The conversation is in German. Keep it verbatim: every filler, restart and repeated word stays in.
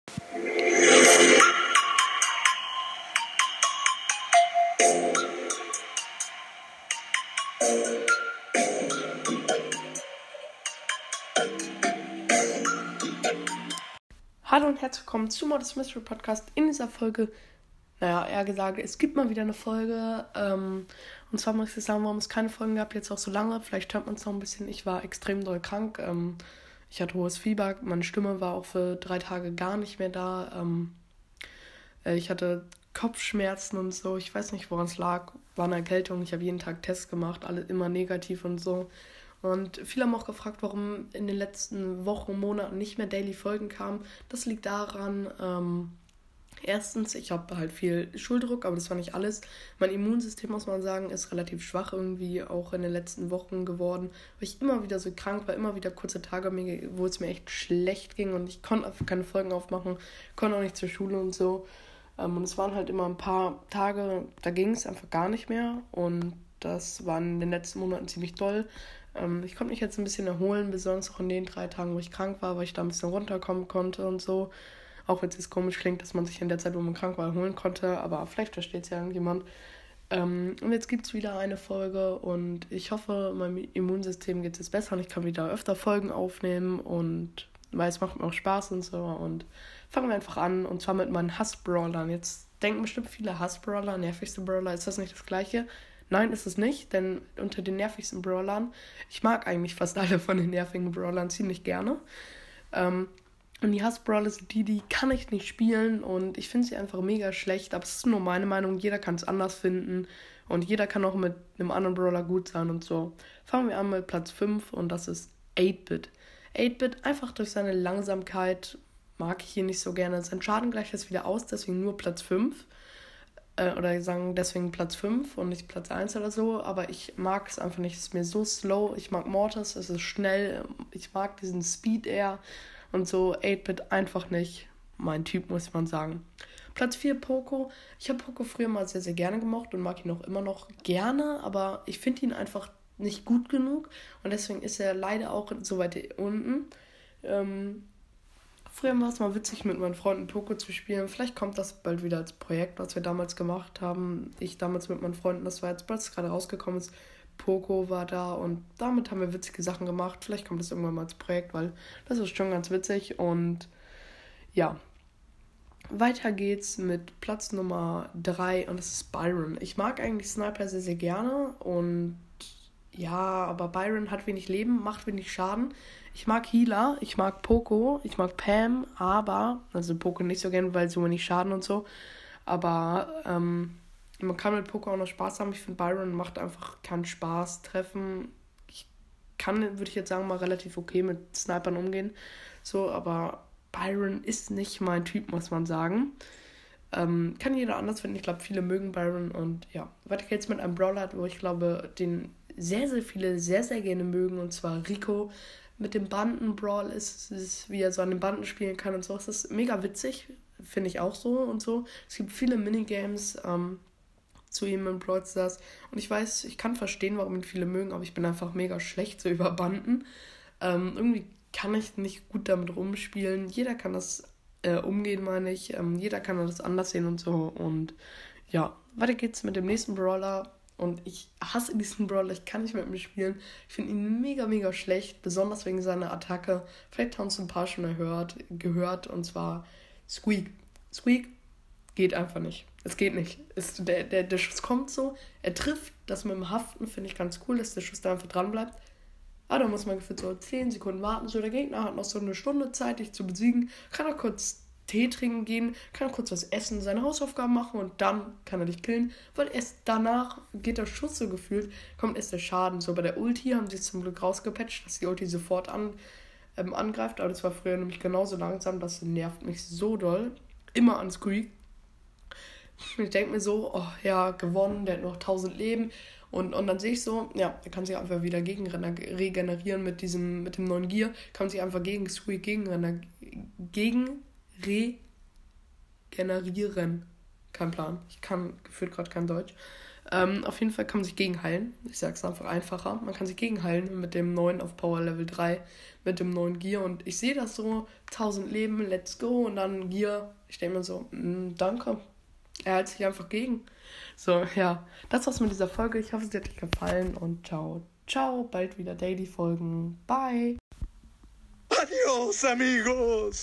Hallo und herzlich willkommen zu Modest Mystery Podcast. In dieser Folge, naja, eher gesagt, es gibt mal wieder eine Folge. Ähm, und zwar muss ich sagen, warum es keine Folgen gab, jetzt auch so lange. Vielleicht hört man es noch ein bisschen. Ich war extrem doll krank. Ähm, ich hatte hohes Fieber. Meine Stimme war auch für drei Tage gar nicht mehr da. Ähm, äh, ich hatte Kopfschmerzen und so. Ich weiß nicht, woran es lag. War eine Erkältung. Ich habe jeden Tag Tests gemacht, alle immer negativ und so. Und viele haben auch gefragt, warum in den letzten Wochen und Monaten nicht mehr Daily Folgen kamen. Das liegt daran, ähm, erstens, ich habe halt viel Schuldruck, aber das war nicht alles. Mein Immunsystem, muss man sagen, ist relativ schwach irgendwie auch in den letzten Wochen geworden, weil ich immer wieder so krank war, immer wieder kurze Tage, wo es mir echt schlecht ging und ich konnte einfach keine Folgen aufmachen, konnte auch nicht zur Schule und so. Und es waren halt immer ein paar Tage, da ging es einfach gar nicht mehr und das war in den letzten Monaten ziemlich doll. Ich konnte mich jetzt ein bisschen erholen, besonders auch in den drei Tagen, wo ich krank war, weil ich da ein bisschen runterkommen konnte und so. Auch wenn es jetzt komisch klingt, dass man sich in der Zeit, wo man krank war, erholen konnte, aber vielleicht versteht es ja irgendjemand. Und jetzt gibt es wieder eine Folge und ich hoffe, meinem Immunsystem geht es jetzt besser und ich kann wieder öfter Folgen aufnehmen und weil es macht mir auch Spaß und so. Und fangen wir einfach an und zwar mit meinen Hassbrawlern. Jetzt denken bestimmt viele Hassbrawler, nervigste Brawler, ist das nicht das Gleiche? Nein, ist es nicht, denn unter den nervigsten Brawlern, ich mag eigentlich fast alle von den nervigen Brawlern ziemlich gerne. Ähm, und die Hass-Brawler sind die, die kann ich nicht spielen und ich finde sie einfach mega schlecht, aber es ist nur meine Meinung, jeder kann es anders finden und jeder kann auch mit einem anderen Brawler gut sein und so. Fangen wir an mit Platz fünf und das ist acht-Bit. acht-Bit, einfach durch seine Langsamkeit, mag ich ihn nicht so gerne. Sein Schaden gleicht jetzt wieder aus, deswegen nur Platz fünf. Oder sagen deswegen Platz fünf und nicht Platz eins oder so, aber ich mag es einfach nicht, es ist mir so slow, ich mag Mortis, es ist schnell, ich mag diesen Speed eher und so acht-Bit einfach nicht mein Typ, muss man sagen. Platz vier Poco, ich habe Poco früher mal sehr, sehr gerne gemocht und mag ihn auch immer noch gerne, aber ich finde ihn einfach nicht gut genug und deswegen ist er leider auch so weit unten. Ähm, Früher war es mal witzig, mit meinen Freunden Poco zu spielen. Vielleicht kommt das bald wieder als Projekt, was wir damals gemacht haben. Ich damals mit meinen Freunden, das war jetzt, was gerade rausgekommen ist. Poco war da und damit haben wir witzige Sachen gemacht. Vielleicht kommt das irgendwann mal als Projekt, weil das ist schon ganz witzig. Und ja, weiter geht's mit Platz Nummer drei und das ist Byron. Ich mag eigentlich Sniper sehr, sehr gerne und ja, aber Byron hat wenig Leben, macht wenig Schaden. Ich mag Healer, ich mag Poco, ich mag Pam, aber, also Poco nicht so gern, weil so wenig Schaden und so, aber ähm, man kann mit Poco auch noch Spaß haben. Ich finde, Byron macht einfach keinen Spaß. Treffen, ich kann, würde ich jetzt sagen, mal relativ okay mit Snipern umgehen, so, aber Byron ist nicht mein Typ, muss man sagen. Ähm, kann jeder anders finden, ich glaube, viele mögen Byron und ja, weiter geht's mit einem Brawler, wo ich glaube, den sehr, sehr viele sehr, sehr gerne mögen, und zwar Rico. Mit dem Banden-Brawl ist es, wie er so an den Banden spielen kann und so. Es ist mega witzig, finde ich auch so und so. Es gibt viele Minigames ähm, zu ihm in Brawl Stars und ich weiß, ich kann verstehen, warum ihn viele mögen, aber ich bin einfach mega schlecht so über Banden. Ähm, irgendwie kann ich nicht gut damit rumspielen. Jeder kann das äh, umgehen, meine ich. Ähm, jeder kann das anders sehen und so und ja, weiter geht's mit dem nächsten Brawler. Und ich hasse diesen Brawler, ich kann nicht mit ihm spielen. Ich finde ihn mega, mega schlecht, besonders wegen seiner Attacke. Vielleicht haben es ein paar schon gehört, gehört und zwar Squeak. Squeak geht einfach nicht. Es geht nicht. Es, der, der, der Schuss kommt so, er trifft. Das mit dem Haften finde ich ganz cool, dass der Schuss da einfach dran bleibt. Aber da muss man gefühlt so zehn Sekunden warten. So, der Gegner hat noch so eine Stunde Zeit, dich zu besiegen. Kann er kurz Tee trinken gehen, kann kurz was essen, seine Hausaufgaben machen und dann kann er dich killen, weil erst danach geht der Schuss so gefühlt, kommt erst der Schaden. So bei der Ulti haben sie es zum Glück rausgepatcht, dass die Ulti sofort an, ähm, angreift, aber das war früher nämlich genauso langsam, das nervt mich so doll. Immer an Squeak. Ich denke mir so, oh ja, gewonnen, der hat noch tausend Leben. Und, und dann sehe ich so, ja, er kann sich einfach wieder gegen regenerieren mit diesem, mit dem neuen Gear, kann sich einfach gegen Squeak gegen gegen regenerieren. Kein Plan. Ich kann gefühlt gerade kein Deutsch. Ähm, auf jeden Fall kann man sich gegenheilen. Ich sag's einfach einfacher. Man kann sich gegenheilen mit dem neuen auf Power Level drei, mit dem neuen Gear. Und ich sehe das so, tausend Leben, let's go. Und dann Gear. Ich denke mir so, mh, danke. Er hält sich einfach gegen. So, ja. Das war's mit dieser Folge. Ich hoffe, sie hat euch gefallen. Und ciao, ciao. Bald wieder Daily-Folgen. Bye. Adios, amigos.